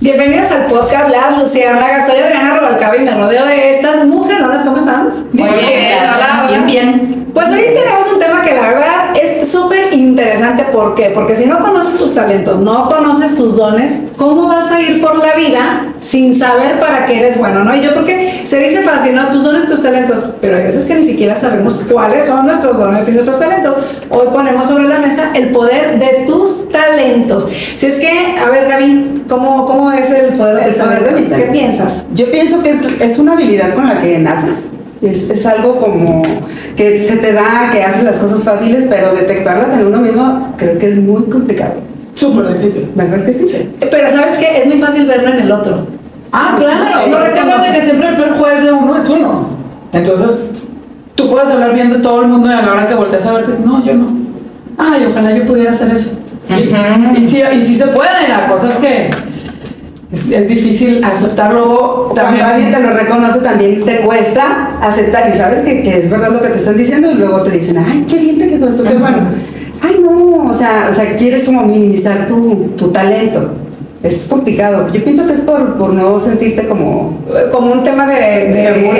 Bienvenidos al podcast Las Luciérnagas. Soy Adriana Rubalcaba y me rodeo de estas mujeronas. ¿Cómo están? Muy bien, Hola, bien. Pues hoy tenemos un tema que la verdad es súper interesante. ¿Por qué? Porque si no conoces tus talentos, no conoces tus dones, ¿cómo vas a ir por la vida sin saber para qué eres bueno, no? Y yo creo que se dice fácil, ¿no? Tus dones, tus talentos. Pero hay veces que ni siquiera sabemos cuáles son nuestros dones y nuestros talentos. Hoy ponemos sobre la mesa el poder de tus talentos. Si es que, a ver, Gaby, ¿cómo es el poder de tus talentos? ¿Qué piensas? Yo pienso que es una habilidad con la que naces. Es algo como que se te da, que haces las cosas fáciles, pero detectarlas en uno mismo creo que es muy complicado. Súper difícil. ¿Verdad que sí? Pero ¿sabes qué? Es muy fácil verlo en el otro. Ah, claro. Sí, No sí, recuerdo sí. de que siempre el peor juez de uno es uno. Entonces, tú puedes hablar bien de todo el mundo y a la hora que volteas a verte, no, yo no. Ay, ojalá yo pudiera hacer eso. Sí. Y sí se puede, la cosa es que es difícil aceptar luego Cuando también. alguien te lo reconoce, también te cuesta aceptar y sabes que es verdad lo que te están diciendo y luego te dicen, ay, qué bien te quedó esto, qué bueno. Ay, no, o sea, quieres como minimizar tu talento. Es complicado. Yo pienso que es por no sentirte como Un tema de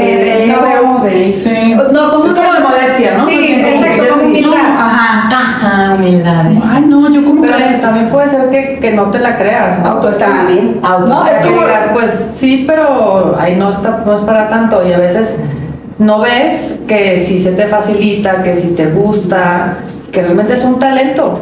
Sí. No, ¿cómo es como de modestia, ¿no? Sí, Pues, como exacto, que como quieres decir, humildad. no, ajá. Humildades. Ay, no, yo como Pero crees. también puede ser que no te la creas, ¿no? autoestima bien. No, es Que como digas, pues sí, pero ahí no es para tanto. Y a veces no ves que si se te facilita, que si te gusta, que realmente es un talento.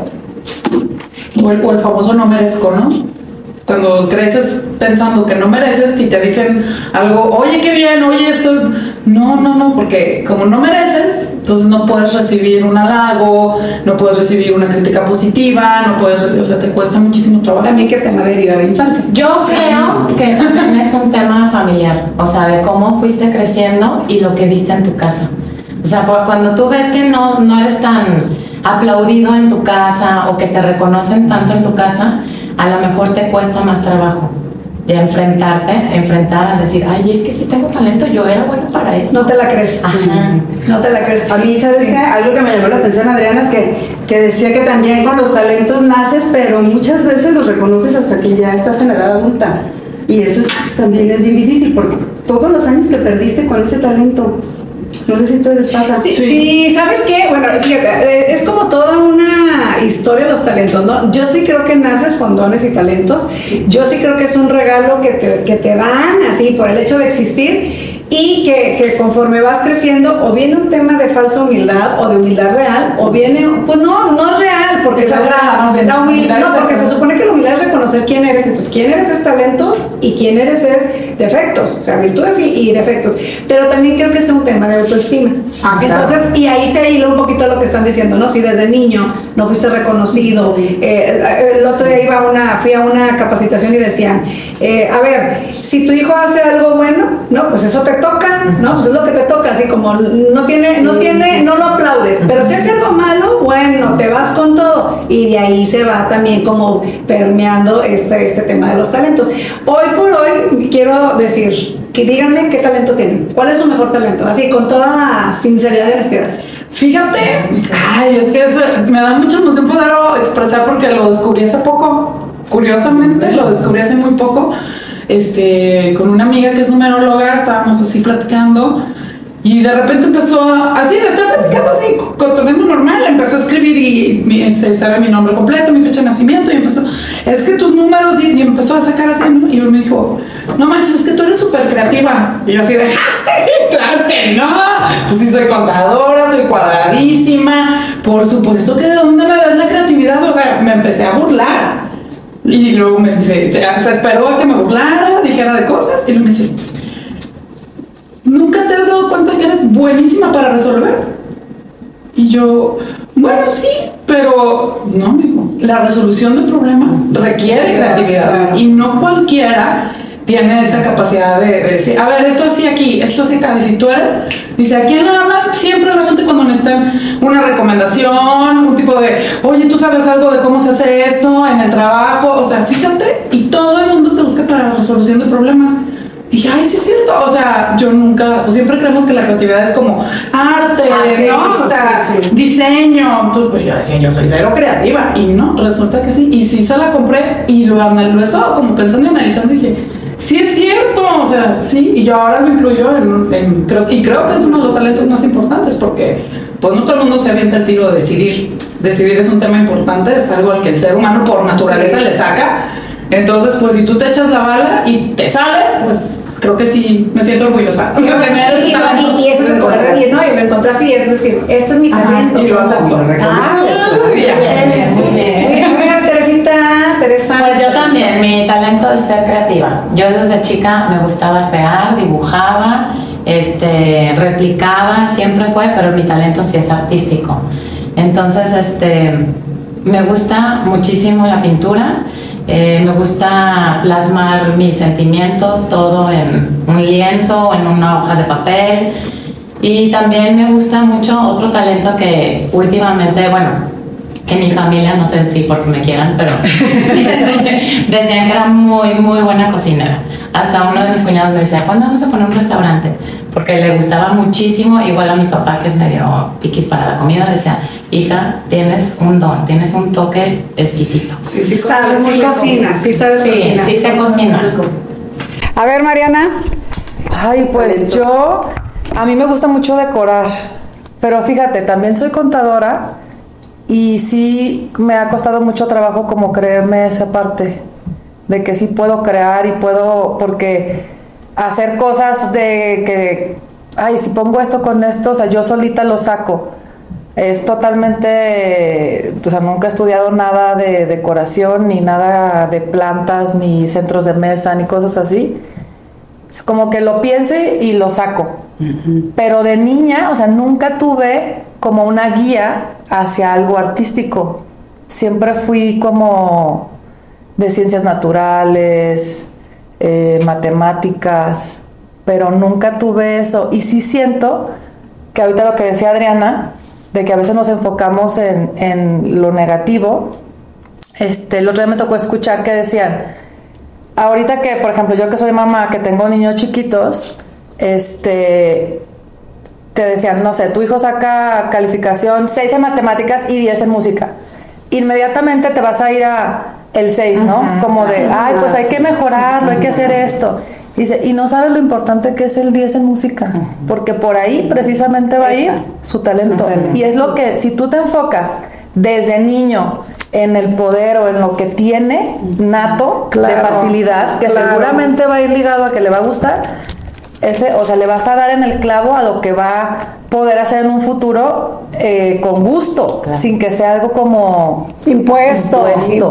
O el famoso no merezco, ¿no? Cuando creces pensando que no mereces, si te dicen algo, oye, qué bien, oye, esto. No, porque como no mereces, entonces no puedes recibir un halago, no puedes recibir una crítica positiva, no puedes recibir, o sea, te cuesta muchísimo trabajo. también que es tema de herida de infancia. Yo creo que también es un tema familiar, o sea, de cómo fuiste creciendo y lo que viste en tu casa. O sea, cuando tú ves que no eres tan aplaudido en tu casa o que te reconocen tanto en tu casa, a lo mejor te cuesta más trabajo de enfrentar a decir, ay, es que sí tengo talento, yo era buena para esto. No te la crees. Ajá. No te la crees. A mí, ¿sabes qué? Algo que me llamó la atención, Adriana, es que decía que también con los talentos naces, pero muchas veces los reconoces hasta que ya estás en la edad adulta. Y eso también es bien difícil, porque todos los años que perdiste con ese talento, no sé si todo les pasa. Sí, ¿sabes qué? Bueno, fíjate, es como toda una historia los talentos, ¿no? Yo sí creo que naces con dones y talentos. Yo sí creo que es un regalo que te dan así por el hecho de existir y que conforme vas creciendo o viene un tema de falsa humildad o de humildad real o viene, pues no es real porque Exagerada, más bien. la humildad, no, porque se exagerada. supone que la humildad es reconocer quién eres, entonces quién eres es talentos y quién eres es defectos, o sea, virtudes y defectos, pero también creo que es un tema de autoestima. Claro. Entonces, y ahí se hila un poquito lo que están diciendo, ¿no? Si desde niño no fuiste reconocido, el otro día fui a una capacitación y decían, a ver, si tu hijo hace algo bueno, no, pues eso te toca, ¿no? Pues es lo que te toca, así como no lo aplaudes, pero si hace algo malo, bueno, te vas con todo y de ahí se va también como permeando este tema de los talentos. Hoy por hoy quiero decir, que díganme qué talento tienen, cuál es su mejor talento, así con toda sinceridad y honestidad. Fíjate, ay, es que me da mucha emoción poderlo expresar porque lo descubrí hace poco. Curiosamente, lo descubrí hace muy poco. Con una amiga que es numeróloga, estábamos así platicando y de repente empezó así, de estar platicando así, cotorreando normal, empezó a escribir y sabe mi nombre completo, mi fecha de nacimiento y empezó, es que tus números y empezó a sacar así, ¿no? Y él me dijo, no manches, es que tú eres súper creativa. Y yo así de, claro que no, pues sí soy contadora, soy cuadradísima, por supuesto que de dónde me ves la creatividad, o sea, me empecé a burlar. Y luego me dice, se esperó a que me burlara, dijera de cosas, y luego me dice, ¿nunca te has dado cuenta que eres buenísima para resolver? Y yo, bueno, sí, pero no, me dijo, la resolución de problemas requiere creatividad y no cualquiera tiene esa capacidad de decir, a ver, esto así aquí, esto así acá. Y si tú eres, dice, ¿a quién le habla? Siempre la gente cuando necesitan una recomendación, un tipo de, oye, ¿tú sabes algo de cómo se hace esto en el trabajo? O sea, fíjate, y todo el mundo te busca para resolución de problemas. Y dije, ay, sí es cierto. O sea, yo nunca, pues siempre creemos que la creatividad es como arte, sí, ¿no? O sea, diseño. Entonces, pues yo decía, yo soy cero creativa. Y no, resulta que sí. Y sí se la compré y lo he estado como pensando y analizando y dije, sí es cierto. O sea, sí. Y yo ahora lo incluyo creo que es uno de los talentos más importantes porque, pues no todo el mundo se avienta el tiro de decidir. Decidir es un tema importante, es algo al que el ser humano por naturaleza le saca. Entonces, pues si tú te echas la bala y te sale, pues creo que sí me siento orgullosa. Y ese es el poder de decir, no, y lo encontraste y es decir, este es mi talento. Y lo acepto. Sí, muy bien, Teresa. Pues yo también, mi talento es ser creativa. Yo desde chica me gustaba crear, dibujaba, replicaba, siempre fue, pero mi talento sí es artístico. Entonces, me gusta muchísimo la pintura. Me gusta plasmar mis sentimientos, todo en un lienzo o en una hoja de papel. Y también me gusta mucho otro talento que últimamente, bueno, en mi familia, no sé si porque me quieran, pero decían que era muy, muy buena cocinera. Hasta uno de mis cuñados me decía, ¿cuándo vamos a poner un restaurante? Porque le gustaba muchísimo, igual a mi papá, que es medio piquis para la comida, decía, hija, tienes un don, tienes un toque exquisito. Sí, sabes, sí cocina, sí sabes cocinar. Sí, se cocina. A ver, Mariana. Ay, pues a mí me gusta mucho decorar, pero fíjate, también soy contadora y sí me ha costado mucho trabajo como creerme esa parte de que sí puedo crear y puedo, porque hacer cosas de que, ay, si pongo esto con esto, o sea, yo solita lo saco. Es totalmente, o sea, nunca he estudiado nada de decoración, ni nada de plantas, ni centros de mesa, ni cosas así. Es como que lo pienso y lo saco. Uh-huh. Pero de niña, o sea, nunca tuve como una guía hacia algo artístico. Siempre fui como de ciencias naturales, matemáticas, pero nunca tuve eso. Y sí siento que ahorita lo que decía Adriana, de que a veces nos enfocamos en lo negativo. El otro día me tocó escuchar que decían, ahorita que, por ejemplo, yo que soy mamá, que tengo niños chiquitos, te decían, no sé, tu hijo saca calificación 6 en matemáticas y 10 en música. Inmediatamente te vas a ir a el 6, ¿no? Uh-huh. Como de, ay, pues hay que mejorarlo, hay que hacer esto. Dice, y no sabes lo importante que es el 10 en música, porque por ahí precisamente va a ir su talento. Y es lo que, si tú te enfocas desde niño en el poder o en lo que tiene nato, de facilidad, que seguramente va a ir ligado a que le va a gustar, o sea, le vas a dar en el clavo a lo que va a poder hacer en un futuro con gusto, sin que sea algo como impuesto.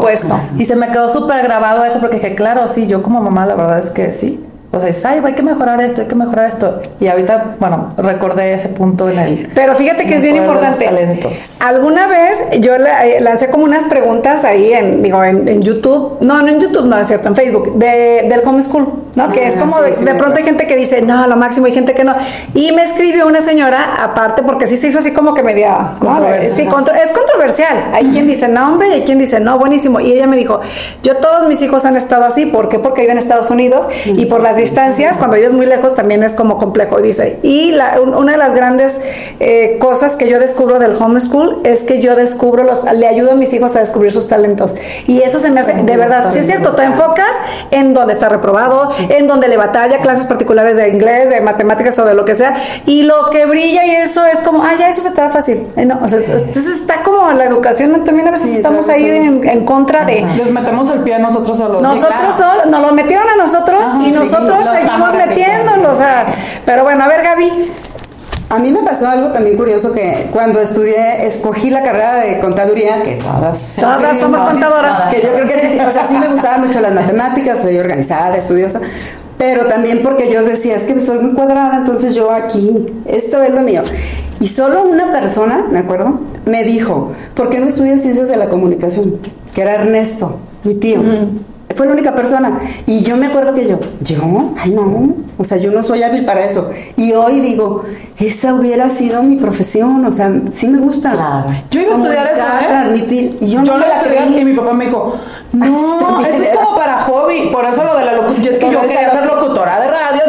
Y se me quedó súper grabado eso porque dije, claro, sí, yo como mamá la verdad es que sí. O sea, hay que mejorar esto, hay que mejorar esto. Y ahorita, bueno, recordé ese punto en el... Pero fíjate que es bien importante. Alguna vez yo lancé como unas preguntas ahí en YouTube. No en YouTube, no es cierto, en Facebook. Del homeschool, ¿no? Que es como de pronto hay gente que dice, no, lo máximo, hay gente que no. Y me escribió una señora, aparte, porque sí se hizo así como que media... Sí, es controversial. Hay quien dice, no, hombre, y hay quien dice, no, buenísimo. Y ella me dijo, todos mis hijos han estado así. ¿Por qué? Porque vivo en Estados Unidos y por las distancias, cuando vives muy lejos también es como complejo, dice. Y una de las grandes cosas que yo descubro del homeschool es que yo le ayudo a mis hijos a descubrir sus talentos. Y eso se me hace, de verdad, sí es cierto, te enfocas en donde está reprobado, en donde le batalla, clases particulares de inglés, de matemáticas o de lo que sea, y lo que brilla y eso es como, ya eso se te da fácil. No, o sea, entonces está como la educación, también a veces estamos ahí en contra de... Les metemos el pie a nosotros solos. Nosotros solos, nos lo metieron a nosotros y nosotros seguimos metiéndolo, o sea, pero bueno, a ver, Gaby. A mí me pasó algo también curioso, que cuando escogí la carrera de contaduría, que todas somos contadoras, que yo creo que sí, o sea, sí me gustaban mucho las matemáticas, soy organizada, estudiosa, pero también porque yo decía, es que soy muy cuadrada, entonces yo aquí, esto es lo mío. Y solo una persona, me acuerdo, me dijo, ¿por qué no estudias ciencias de la comunicación? Que era Ernesto, mi tío. Fue la única persona. Y yo me acuerdo que ay no, o sea, yo no soy hábil para eso. Y hoy digo, esa hubiera sido mi profesión, o sea, sí me gusta. Claro. Yo iba a estudiar eso, transmitir. Y yo no me la creí. Y mi papá me dijo, no, eso es como para hobby. Por eso lo de la locución. Es que yo quería ser locutora de radio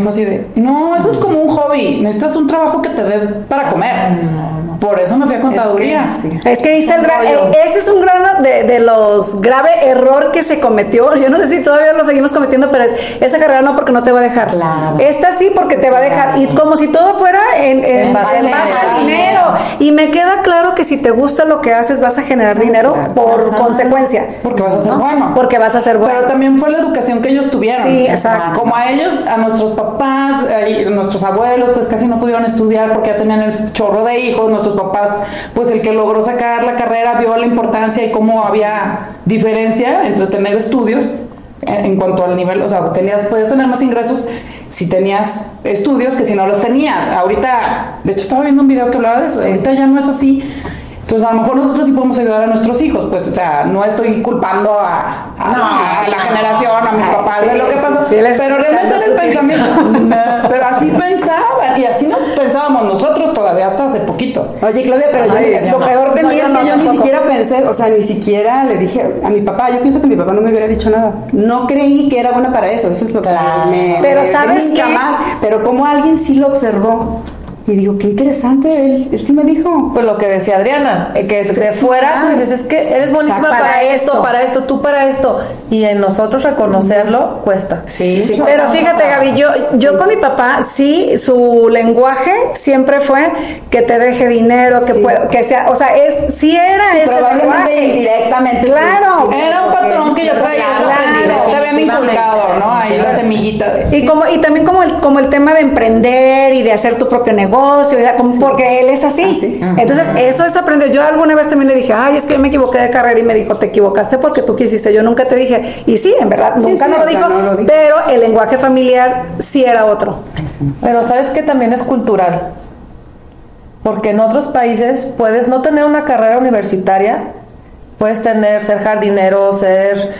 dijo así de, no, eso es como un hobby, necesitas un trabajo que te dé para comer. Por eso me fui a contaduría. Es que dice ese es un gran de los grave error que se cometió. Yo no sé si todavía lo seguimos cometiendo, pero esa carrera no, porque no te va a dejar. Claro. Esta sí, porque te va a dejar. Y como si todo fuera en base al dinero. Y me queda claro que si te gusta lo que haces, vas a generar dinero por consecuencia. Porque vas a ser bueno. Porque vas a ser bueno. Pero también fue la educación que ellos tuvieron. Sí, exacto. Como a ellos, a nuestros papás, nuestros abuelos, pues casi no pudieron estudiar porque ya tenían el chorro de hijos. Nuestros papás, pues el que logró sacar la carrera vio la importancia y cómo había diferencia entre tener estudios en cuanto al nivel, o sea, podías tener más ingresos si tenías estudios que si no los tenías. Ahorita, de hecho estaba viendo un video que hablaba de eso, ahorita ya no es así. Entonces, a lo mejor nosotros sí podemos ayudar a nuestros hijos, pues, o sea, no estoy culpando a la generación, a mis papás, de lo que pasa, pero realmente era el pensamiento, pero así pensaban, y así no pensábamos nosotros todavía hasta hace poquito. Oye, Claudia, pero lo peor de mí es que yo ni siquiera pensé, o sea, ni siquiera le dije a mi papá, yo pienso que mi papá no me hubiera dicho nada. No creí que era buena para eso es lo que pero ¿sabes qué? Más, pero como alguien sí lo observó. Y digo, qué interesante, él sí me dijo. Pues lo que decía Adriana, que de fuera tú dices, es que eres buenísima para esto, tú para esto. Y en nosotros reconocerlo cuesta. Sí. Pero fíjate, Gaby, yo con mi papá, sí, su lenguaje siempre fue que te deje dinero, que sea, o sea, sí era ese probablemente indirectamente. Claro. Sí, era un patrón que yo traía aprendido. Te habían inculcado, ¿no? Ahí la semillita. Y también como el tema de emprender y de hacer tu propio negocio, porque él es así. Entonces, eso es aprender. Yo alguna vez también le dije, ay, es que yo me equivoqué de carrera, y me dijo, te equivocaste porque tú quisiste, yo nunca te dije. Y sí, en verdad, nunca no lo dijo, pero el lenguaje familiar sí era otro. Pero ¿sabes que también es cultural? Porque en otros países puedes no tener una carrera universitaria, puedes ser jardinero, ser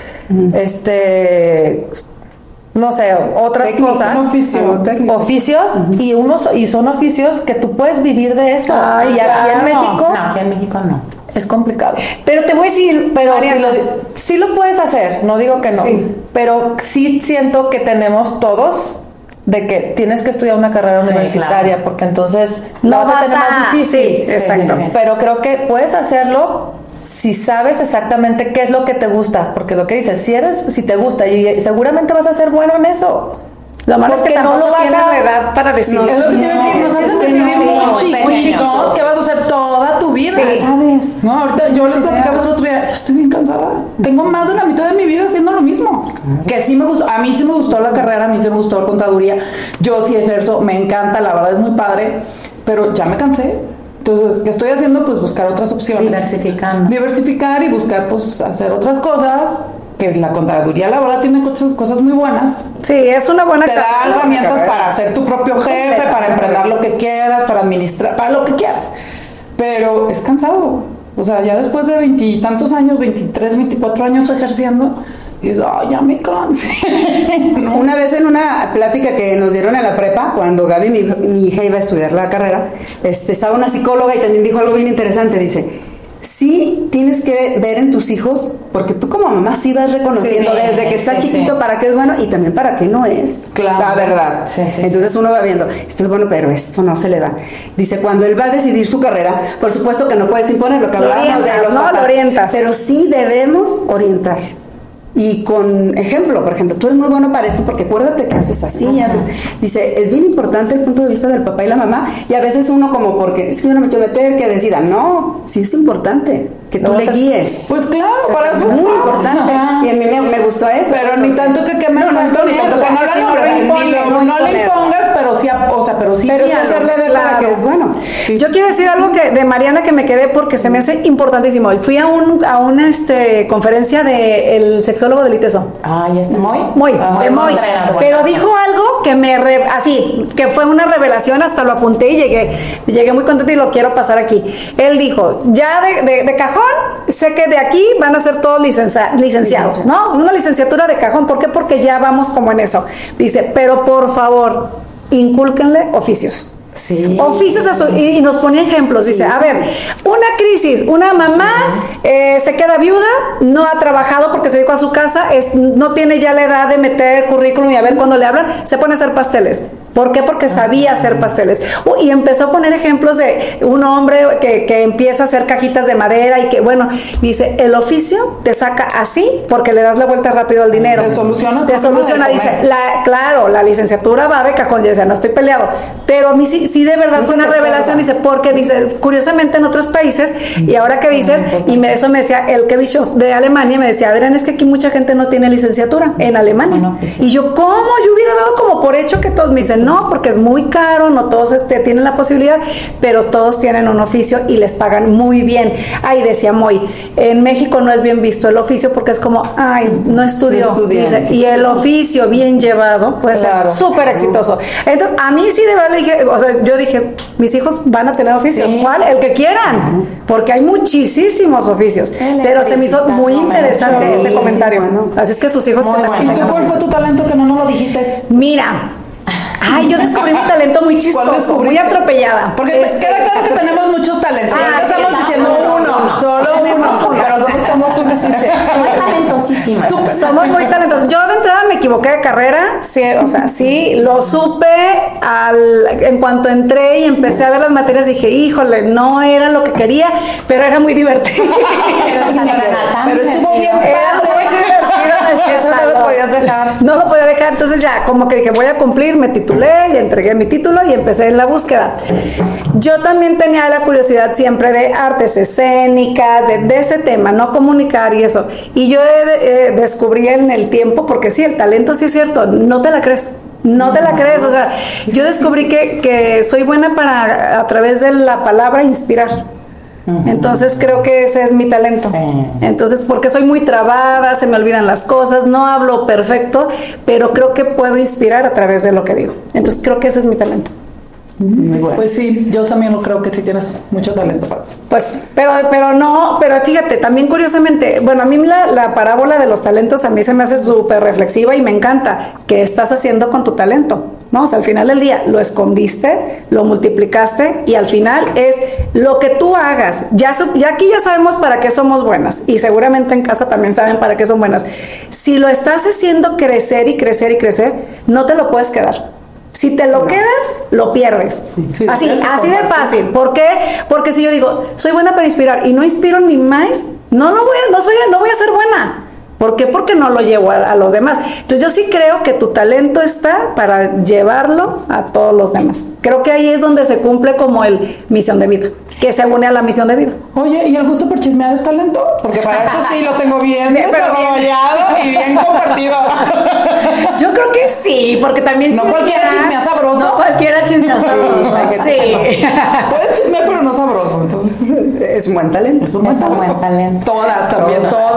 no sé, otras cosas, oficios, y son oficios que tú puedes vivir de eso. Ay, y aquí en México no. Es complicado. Pero te voy a decir, pero sí lo puedes hacer, no digo que no, pero sí siento que tenemos todos de que tienes que estudiar una carrera universitaria, claro, porque entonces no vas a tener más difícil. Sí, exacto. Pero creo que puedes hacerlo si sabes exactamente qué es lo que te gusta, porque lo que dices, si te gusta, y seguramente vas a ser bueno en eso. Lo malo es que no lo vas a edad para decir. Es lo que quiero decir, nos hacen decidir muy chicos que vas a hacer toda tu vida. Sí, ¿sabes? No, ahorita yo les platicaba el otro día, ya estoy bien cansada. Tengo más de la mitad de mi vida haciendo lo mismo. Que sí me gustó, a mí sí me gustó la carrera, a mí sí me gustó la contaduría. Yo sí ejerzo, me encanta, la verdad es muy padre, pero ya me cansé. Entonces, ¿qué estoy haciendo? Pues buscar otras opciones. Diversificar y buscar, pues, hacer otras cosas. Que la contaduría, la verdad, tiene cosas muy buenas. Sí, es una buena carrera. Te da herramientas para ser tu propio jefe, para emprender lo que quieras, para administrar, para lo que quieras. Pero es cansado. O sea, ya después de 20 y tantos años, 23, 24 años ejerciendo, dices, oh, ya me cansé. No. Una vez en una plática que nos dieron en la prepa, cuando Gaby, mi hija, iba a estudiar la carrera, estaba una psicóloga y también dijo algo bien interesante. Dice, sí tienes que ver en tus hijos, porque tú como mamá sí vas reconociendo desde que está chiquito para qué es bueno y también para qué no es. Claro. La verdad. Entonces uno va viendo, esto es bueno, pero esto no se le da. Dice, cuando él va a decidir su carrera, por supuesto que no puedes imponer lo que hablábamos de los papás, lo orientas. pero sí debemos orientar. Y con ejemplo, por ejemplo, tú eres muy bueno para esto porque acuérdate que haces así, haces. Dice, es bien importante el punto de vista del papá y la mamá, y a veces uno como porque es que yo no me quiero meter, que decida. No, sí es importante que tú le guíes. Pues claro, para eso es muy importante. Y a mí me gustó eso. Pero ni tanto que queme el santo, ni tanto que no le impongas, pero sí, pero sí hacerle ver para que es bueno. Sí. Yo quiero decir algo de Mariana que me quedé porque se me hace importantísimo. Fui a una conferencia del sexólogo del ITESO. Ay, Moy. Moy. Pero dijo algo que que fue una revelación, hasta lo apunté y llegué muy contenta y lo quiero pasar aquí. Él dijo, ya de cajón, sé que de aquí van a ser todos licenciados, ¿no? Una licenciatura de cajón. ¿Por qué? Porque ya vamos como en eso. Dice, pero por favor, incúlquenle oficios. Sí. Oficios y nos ponía ejemplos. Dice, a ver, una crisis, una mamá se queda viuda, no ha trabajado porque se dedicó a su casa, no tiene ya la edad de meter currículum y a ver cuando le hablan, se pone a hacer pasteles. ¿Por qué? Porque sabía hacer pasteles. Y empezó a poner ejemplos de un hombre que empieza a hacer cajitas de madera y que, bueno, dice, el oficio te saca así porque le das la vuelta rápido al dinero. Te soluciona. Te soluciona, dice, claro, la licenciatura va de cajón, ya decía, no estoy peleado. Pero a mí sí de verdad fue una revelación, dice, porque dice, curiosamente en otros países, y ahora que dices, eso me decía el Kevin Bischoff de Alemania, me decía, Adrián, es que aquí mucha gente no tiene licenciatura en Alemania. Y yo, ¿cómo? Yo hubiera dado como por hecho que todos me dicen, no, porque es muy caro, no todos tienen la posibilidad, pero todos tienen un oficio y les pagan muy bien. Ay, decía Moy, en México no es bien visto el oficio porque es como, ay, no estudió, dice, y el oficio bien llevado puede ser súper exitoso. Entonces, a mí sí de verdad dije, o sea, yo dije, mis hijos van a tener oficios, ¿cuál? El que quieran, porque hay muchísimos oficios, pero se me hizo muy interesante ese comentario, ¿no? Así es que sus hijos ¿Y tú cuál fue tu talento que no nos lo dijiste? Mira, ay, yo descubrí mi talento muy chistoso, muy atropellada. Porque queda claro que tenemos muchos talentos. Ya estamos diciendo uno, solo uno, pero nosotros somos un estuche. Somos talentosísimas. Somos muy talentosos. Yo de entrada me equivoqué de carrera, sí, o sea, sí, lo supe en cuanto entré y empecé a ver las materias, dije, híjole, no era lo que quería, pero era muy divertido. Pero estuvo bien padre. Era muy divertido. No lo podías dejar. No lo podía dejar, entonces ya, como que dije, voy a cumplir, me titulé y entregué mi título y empecé en la búsqueda. Yo también tenía la curiosidad siempre de artes escénicas, de ese tema, no comunicar y eso. Y yo descubrí en el tiempo, porque sí, el talento sí es cierto, no te la crees. No te la crees, o sea, yo descubrí que soy buena para, a través de la palabra, inspirar. Entonces creo que ese es mi talento. Entonces, porque soy muy trabada, se me olvidan las cosas, no hablo perfecto, pero creo que puedo inspirar a través de lo que digo. Entonces creo que ese es mi talento. Muy bueno. Pues sí, yo también lo creo que sí tienes mucho talento para eso. Pues, pero fíjate, también curiosamente, bueno, a mí la parábola de los talentos a mí se me hace súper reflexiva y me encanta. ¿Qué estás haciendo con tu talento? ¿No? O sea, al final del día lo escondiste, lo multiplicaste y al final es lo que tú hagas. Ya aquí ya sabemos para qué somos buenas y seguramente en casa también saben para qué son buenas. Si lo estás haciendo crecer y crecer y crecer, no te lo puedes quedar. Si te lo quedas, lo pierdes. Sí, así de fácil. ¿Por qué? Porque si yo digo, soy buena para inspirar y no inspiro ni más, no voy a ser buena. ¿Por qué? Porque no lo llevo a los demás. Entonces yo sí creo que tu talento está para llevarlo a todos los demás. Creo que ahí es donde se cumple como el misión de vida, que se une a la misión de vida. Oye, ¿y el gusto por chismear es talento? Porque para eso sí lo tengo bien desarrollado y bien compartido. Yo creo que sí, porque también no cualquiera chismea sabroso. No cualquiera chismea sabroso. Sí. Puedes chismear, pero no sabroso. Entonces Es un buen talento. Es un buen talento. Todas también,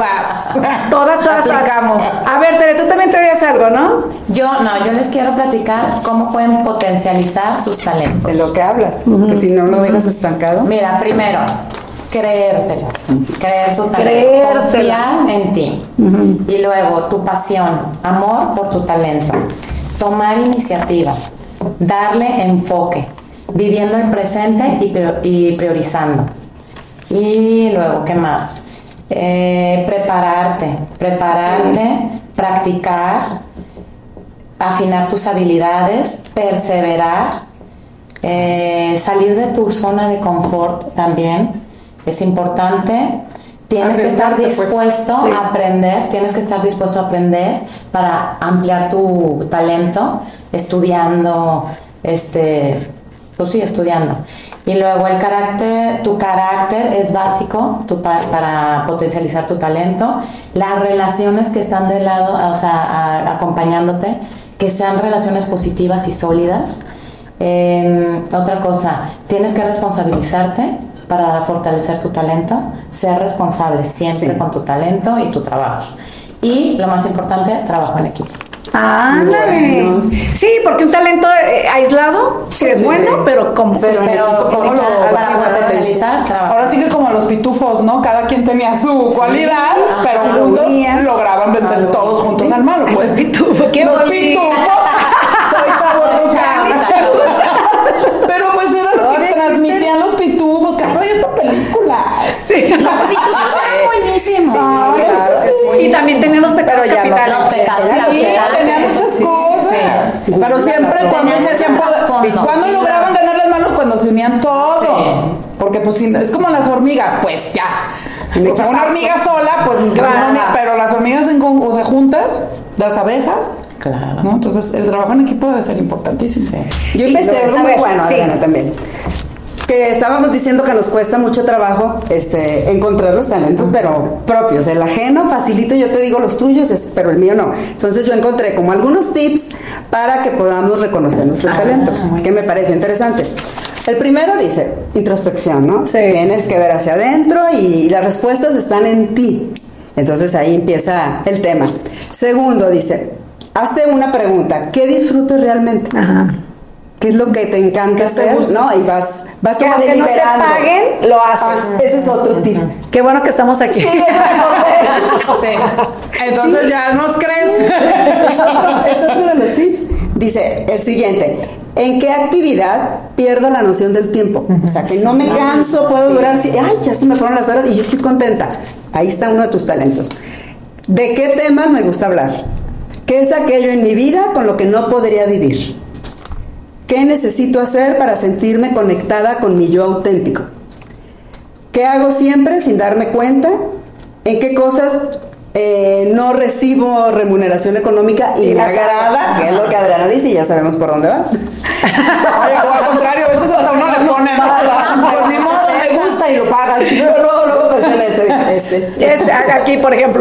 todas. Aplicamos. A ver, Tere, tú también traías algo, ¿no? Yo les quiero platicar cómo pueden potencializar sus talentos. De lo que hablas, porque si no lo dejas estancado. Mira, primero, creértela, creer tu talento, Creértela. confiar en ti. Y luego, tu pasión, amor por tu talento, tomar iniciativa, darle enfoque, viviendo el presente y priorizando. Y luego, ¿qué más? Prepararte, practicar, afinar tus habilidades, perseverar, salir de tu zona de confort también es importante. Tienes que estar dispuesto a aprender, para ampliar tu talento, estudiando, estudiando. Y luego tu carácter es básico para potencializar tu talento. Las relaciones que están de lado, o sea, acompañándote, que sean relaciones positivas y sólidas. Otra cosa, tienes que responsabilizarte para fortalecer tu talento, ser responsable siempre con tu talento y tu trabajo. Y lo más importante, trabajo en equipo. Ándale. Sí, porque un talento aislado sí es bueno, pero para potencializar trabajo. Ahora sí que como los pitufos, ¿no? Cada quien tenía su cualidad, pero juntos lograban vencer todos juntos al malo. Pues qué los pitufos. Soy chavo. Pero Sí. Los vicios eran buenísimos. claro que sí. Y también tenían los pecados Pero ya capitales. Los pecados Sí, capitales. tenía muchas cosas. Sí. Pero siempre cuando Tenía se hacían muchos fondos. ¿cuándo Sí, lograban ganar las manos? Cuando se unían todos. Sí. Porque pues es como las hormigas, pues ya. O sea, una hormiga sola, pues Claro. pero las hormigas o sea, juntas, las abejas. Claro. ¿No? Entonces el trabajo en equipo debe ser importantísimo. Yo empecé algo A muy ver, bueno, sí. Adriana, también. Que estábamos diciendo que nos cuesta mucho trabajo encontrar los talentos, pero propios. El ajeno facilito, yo te digo los tuyos, pero el mío no. Entonces yo encontré como algunos tips para que podamos reconocer nuestros talentos, que me pareció interesante. El primero dice, introspección, ¿no? Sí. Tienes que ver hacia adentro y las respuestas están en ti. Entonces ahí empieza el tema. Segundo, dice, hazte una pregunta, ¿qué disfrutas realmente? Ajá. ¿Qué es lo que te encanta hacer? ¿No? Y vas Que como aunque no te deliberando. paguen, lo haces. Ese es otro tip. Qué bueno que estamos aquí. Entonces ya nos crees. Es otro de los tips. Dice el siguiente. ¿En qué actividad pierdo la noción del tiempo? O sea, que no me canso, puedo durar. Ay, ya se me fueron las horas y yo estoy contenta. Ahí está uno de tus talentos. ¿De qué temas me gusta hablar? ¿Qué es aquello en mi vida con lo que no podría vivir? ¿Qué necesito hacer para sentirme conectada con mi yo auténtico? ¿Qué hago siempre sin darme cuenta? ¿En qué cosas no recibo remuneración económica y me agrada? Que es lo que Adriana dice y ya sabemos por dónde va. Oye, o al contrario, a veces hasta uno le pone, ¿no? Pues ni modo, me gusta y lo pagas. Yo luego pensé en Aquí, por ejemplo.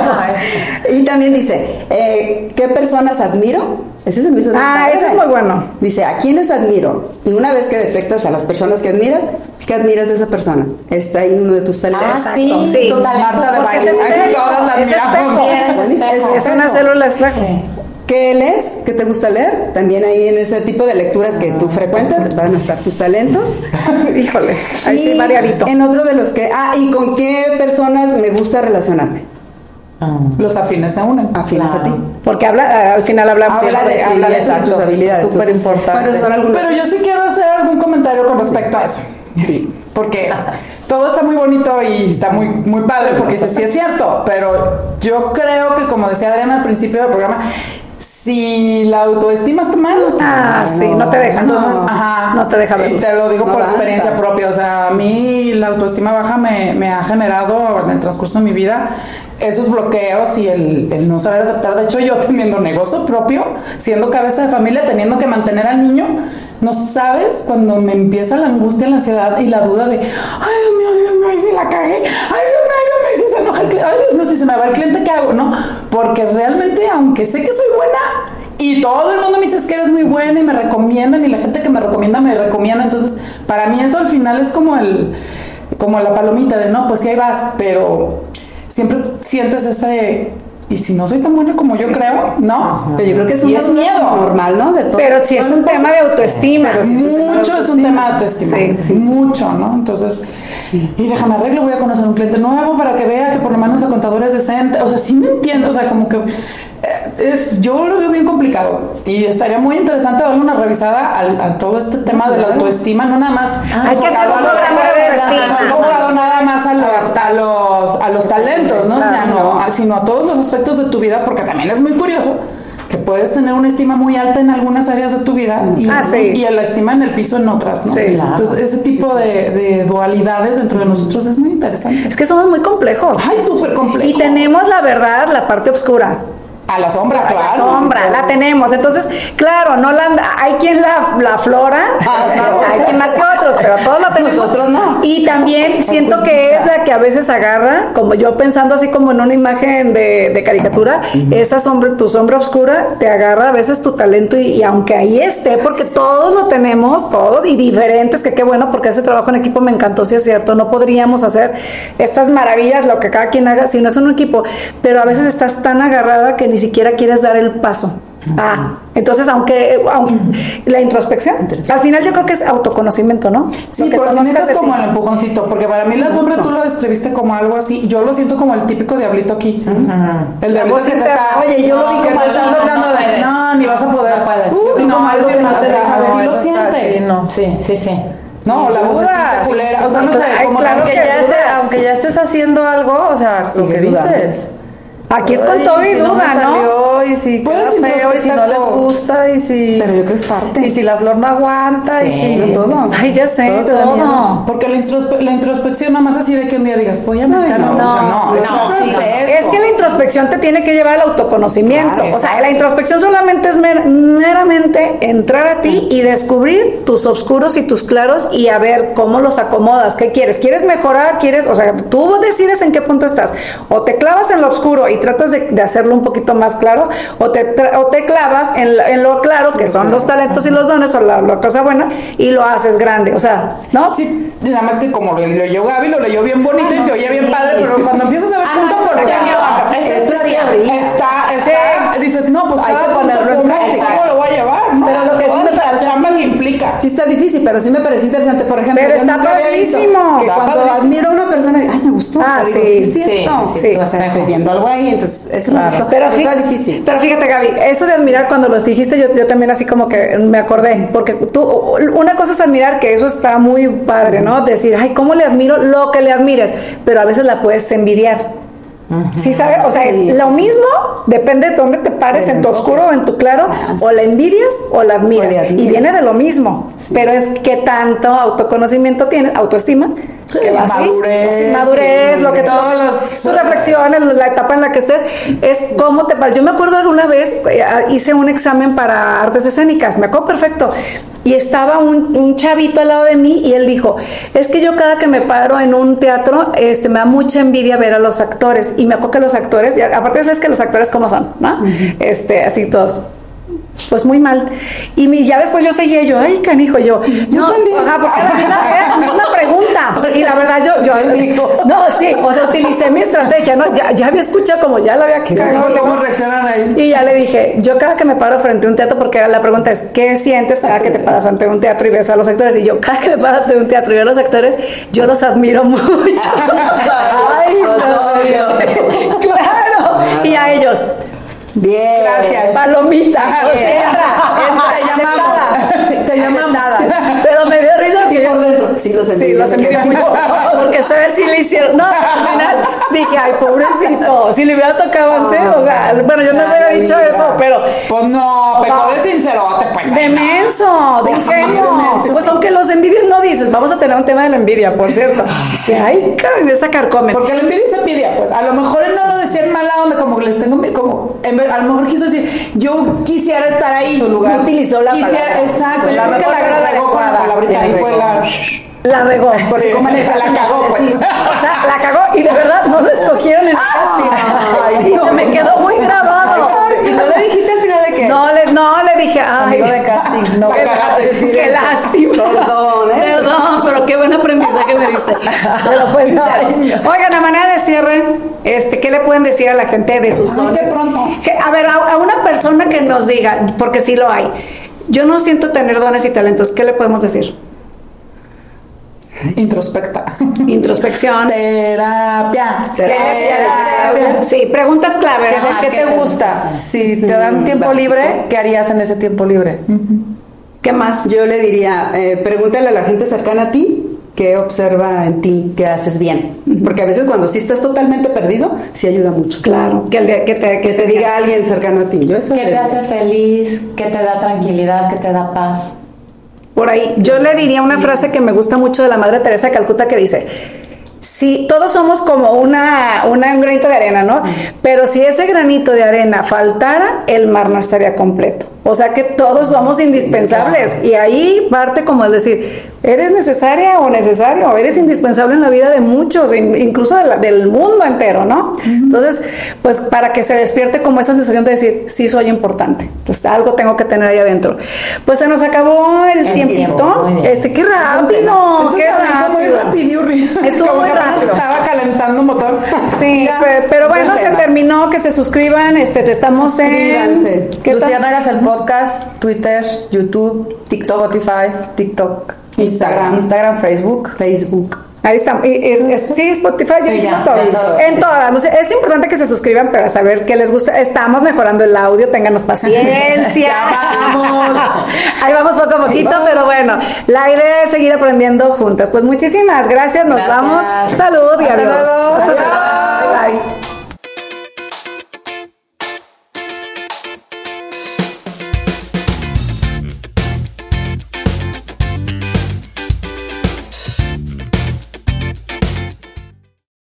Y también dice, ¿qué personas admiro? Ese es el mismo. Ese es muy bueno. Dice, ¿a quiénes admiro? Y una vez que detectas a las personas que admiras, ¿qué admiras de esa persona? Está ahí uno de tus talentos. Sí, Sí. totalmente. Marta de Porque baile. es espejo, Aquí todas la es admiramos. espejo. Sí, es espejo. Es una célula espejo. ¿Qué lees? ¿Qué te gusta leer? También ahí en ese tipo de lecturas que tú frecuentas van a estar tus talentos. Híjole, ahí sí Y variadito. en otro de los que... ¿y con qué personas me gusta relacionarme? Los afines se unen. Afines a ti. Porque al final hablamos Habla de exacto, tus habilidades. Súper Entonces, importante. bueno, esos son algunos. Pero yo sí quiero hacer algún comentario con respecto a eso. Sí. Porque todo está muy bonito y está muy, muy padre, porque sí es cierto, pero yo creo que, como decía Adriana al principio del programa, si la autoestima está mal, sí, no te deja. entonces, No te deja verlo. Te lo digo No por avanzas. experiencia propia. O sea, a mí la autoestima baja me ha generado en el transcurso de mi vida esos bloqueos y el no saber aceptar. De hecho, yo teniendo negocio propio, siendo cabeza de familia, teniendo que mantener al niño, no sabes cuando me empieza la angustia, la ansiedad y la duda de, ay, Dios mío, si la cagué, ay, Dios mío, si se enoja el cliente, ay, Dios mío, si se me va el cliente, ¿qué hago? No, porque realmente, aunque sé que soy buena y todo el mundo me dice que eres muy buena y me recomiendan y la gente que me recomienda, entonces para mí eso al final es como la palomita de no, pues sí ahí vas, pero siempre sientes ese, y si no soy tan buena como yo creo, ¿no? Pero yo creo que es Y un es miedo normal, ¿no? De todo. Pero sí es un tema de autoestima. mucho es un tema de autoestima, Sí. mucho, ¿no? Entonces, y déjame arreglo, voy a conocer un cliente nuevo para que vea que por lo menos la contadora es decente, o sea, sí me entiendo, o sea, como que yo lo veo bien complicado y estaría muy interesante darle una revisada a todo este tema de la autoestima, no nada más Hay que hacer un programa de autoestima. no enfocado nada más a los talentos, ¿no? O sea, sino a todos los aspectos de tu vida, porque también es muy curioso que puedes tener una estima muy alta en algunas áreas de tu vida y la estima en el piso en otras, ¿no? Sí, claro. Entonces, ese tipo de dualidades dentro de nosotros es muy interesante. Es que somos muy complejos. Ay, súper complejo. Y tenemos la verdad, la parte oscura. A la sombra, claro. La sombra, la tenemos. Entonces, claro, no hay quien la aflora, hay quien más que otros, pero todos la tenemos. Nosotros no. Y también siento que es la que a veces agarra, como yo pensando así como en una imagen de caricatura, esa sombra, tu sombra oscura, te agarra a veces tu talento y aunque ahí esté, porque todos lo tenemos, todos, y diferentes, que qué bueno, porque ese trabajo en equipo me encantó, si es cierto, no podríamos hacer estas maravillas, lo que cada quien haga, si no es un equipo, pero a veces estás tan agarrada que ni siquiera quieres dar el paso. Entonces, aunque la introspección, al final yo creo que es autoconocimiento, ¿no? Sí, Lo que pero si conozcas necesitas de como ti. el empujoncito, porque para mí la sombra tú lo describiste como algo así, yo lo siento como el típico diablito aquí. El diablito que te está, Oye, yo lo vi que como te está algo, hablando no de, puedes. ni vas a poder. No puedes. No, como es algo bien que no malo, te o sea, deja así ver, lo eso está sientes. así, no. Sí. No, la vocecita culera. O sea, no sé, Ay, como claro que que ya dudas. aunque ya estés haciendo algo, o sea, lo que dices. Aquí es con Ay, todo y si no duda, me ¿no? salió, y si queda Puedes feo, y si no introspectar les todo. gusta, y si... Pero yo creo que es parte. Y si la flor no aguanta, y si... no, todo. Ay, ya sé, Todo te da miedo. todo. Porque la introspección nada más así de que un día digas, voy a meterme. no, O sea, no, es no, un sí. proceso. Es que la introspección te tiene que llevar al autoconocimiento. Claro, o sea, exacto. la introspección solamente es meramente entrar a ti y descubrir tus oscuros y tus claros y a ver cómo los acomodas. ¿Qué quieres? ¿Quieres mejorar? ¿Quieres? O sea, tú decides en qué punto estás. O te clavas en lo oscuro y tratas de hacerlo un poquito más claro, o te clavas en lo claro, que son los talentos y los dones, o la cosa buena, y lo haces grande. O sea, ¿no? Sí, nada más que como lo leyó Gaby, lo leyó bien bonito y se oye bien padre, pero cuando empiezas a ver Ah, punto no, por esto es punto, teoría. Esto es teoría. está, dices, no, pues Hay cada que punto ponerlo en ¿cómo práctica. lo voy a llevar? ¿No? Pero lo que sí Toda me la parece chamba así, que implica. Sí está difícil, pero sí me pareció interesante. Por ejemplo, Pero yo está nunca había visto padrísimo. que Está cuando padrísimo. admiro a una persona, ay, me gustó. Ah, o sea, digo, sí, es cierto. sí, sí. O sea, estoy viendo algo ahí, entonces eso me gustó. Pero está difícil. Pero fíjate, Gaby, eso de admirar, cuando los dijiste, yo también así como que me acordé, porque una cosa es admirar, que eso está muy padre, ¿no? Decir, ay, ¿cómo le admiro lo que le admires? Pero a veces la puedes envidiar. ¿Sí sabes? O sea, es lo mismo, depende de dónde te pares, en tu oscuro o en tu claro, o la envidias o la admiras. O le admiras. Y viene de lo mismo, pero es que tanto autoconocimiento tienes, autoestima, que vas madurez, lo que tus reflexiones, la etapa en la que estés, es cómo te pares. Yo me acuerdo alguna vez, hice un examen para artes escénicas, me acuerdo perfecto, y estaba un chavito al lado de mí y él dijo, es que yo cada que me paro en un teatro, me da mucha envidia ver a los actores, y me acuerdo que los actores, y aparte sabes que los actores cómo son, ¿no? Así todos, pues muy mal. Y ya después yo seguía, ay, canijo, yo también. Ajá, porque era una pregunta. Y la verdad, yo no, sí, o sea, utilicé mi estrategia, ¿no? Ya había escuchado, como ya la había cagado. ¿Cómo reaccionan ahí? Y ya le dije, yo cada que me paro frente a un teatro, porque la pregunta es, ¿qué sientes cada que te paras ante un teatro y ves a los actores? Y yo, cada que me paro ante un teatro y veo a los actores, yo los admiro mucho. Ay, no. Claro. Y a ellos, Bien. gracias, palomita. O sea, Te llamamos. pero me dio risa que por dentro. Sí, los envidio. Sí, los envidio mucho. Porque sabes si le hicieron. No, al final dije, ay, pobrecito. Si le hubiera tocado antes, o sea, bueno, yo no me había dicho eso, pero. Pues no, pecó de sincerote, pues. De menso, de ingenio. Pues aunque los envidios no dices, vamos a tener un tema de la envidia, por cierto. Que ay, caray, esa carcome. Porque la envidia es envidia, pues. A lo mejor él no lo decía en mala onda, como que les tengo, como, a lo mejor quiso decir, yo quisiera estar ahí. Su lugar. No utilizó la quisiera, palabra. exacto. La Yo creo que mejor era la regó con la adecuada. palabrita, Sí, ahí fue la. La regó. Porque Sí. cómo la cagó, pues. O sea, la cagó y de verdad no lo escogieron en el casting. Y se me quedó muy grabado. ¿Y no le dijiste al final de qué? No le dije, ay. Amigo de casting, no. Qué lástima. Perdón, pero qué buen aprendizaje me diste. Pero fue sincero. Oigan, a manera de cierre, ¿qué le pueden decir a la gente de sus dones? de pronto. A ver, a una persona que nos diga, porque sí lo hay, yo no siento tener dones y talentos, ¿qué le podemos decir? Introspecta. Introspección. Terapia. Sí, preguntas clave. ¿Verdad? ¿Qué te gusta? Si te dan tiempo libre, ¿qué harías en ese tiempo libre? ¿Qué más? Yo le diría, pregúntale a la gente cercana a ti qué observa en ti, qué haces bien. Porque a veces cuando sí estás totalmente perdido, sí ayuda mucho. Claro, que te diga alguien cercano a ti. Yo eso ¿Qué te hace feliz? ¿Qué te da tranquilidad? ¿Qué te da paz? Por ahí, yo le diría una frase que me gusta mucho de la Madre Teresa de Calcuta que dice, si todos somos como un granito de arena, ¿no? Pero si ese granito de arena faltara, el mar no estaría completo. O sea que todos somos indispensables. Y ahí parte como el decir, eres necesaria o necesario, eres indispensable en la vida de muchos, incluso del mundo entero, ¿no? Entonces, pues para que se despierte como esa sensación de decir, sí soy importante. Entonces algo tengo que tener ahí adentro. Pues se nos acabó el tiempito. Qué rápido. Eso Qué se me hizo muy rápido. rápido. Estuvo Como muy que apenas rápido. estaba calentando motor. Sí, pero bueno, se terminó, que se suscriban, estamos Suscríbanse. en... ¿qué tal? Luciana, hagas el podcast, Twitter, YouTube, Spotify, TikTok, Instagram. Facebook. Ahí está. Sí, Spotify, ya Sí, dijimos ya, todo. sí, todo, En sí. todas. No sé, es importante que se suscriban para saber qué les gusta. Estamos mejorando el audio, ténganos paciencia. Ya vamos. Ahí vamos poco a poquito, pero bueno, la idea es seguir aprendiendo juntas. Pues muchísimas gracias, nos Gracias. vamos. Salud y Hasta adiós. luego. Hasta luego.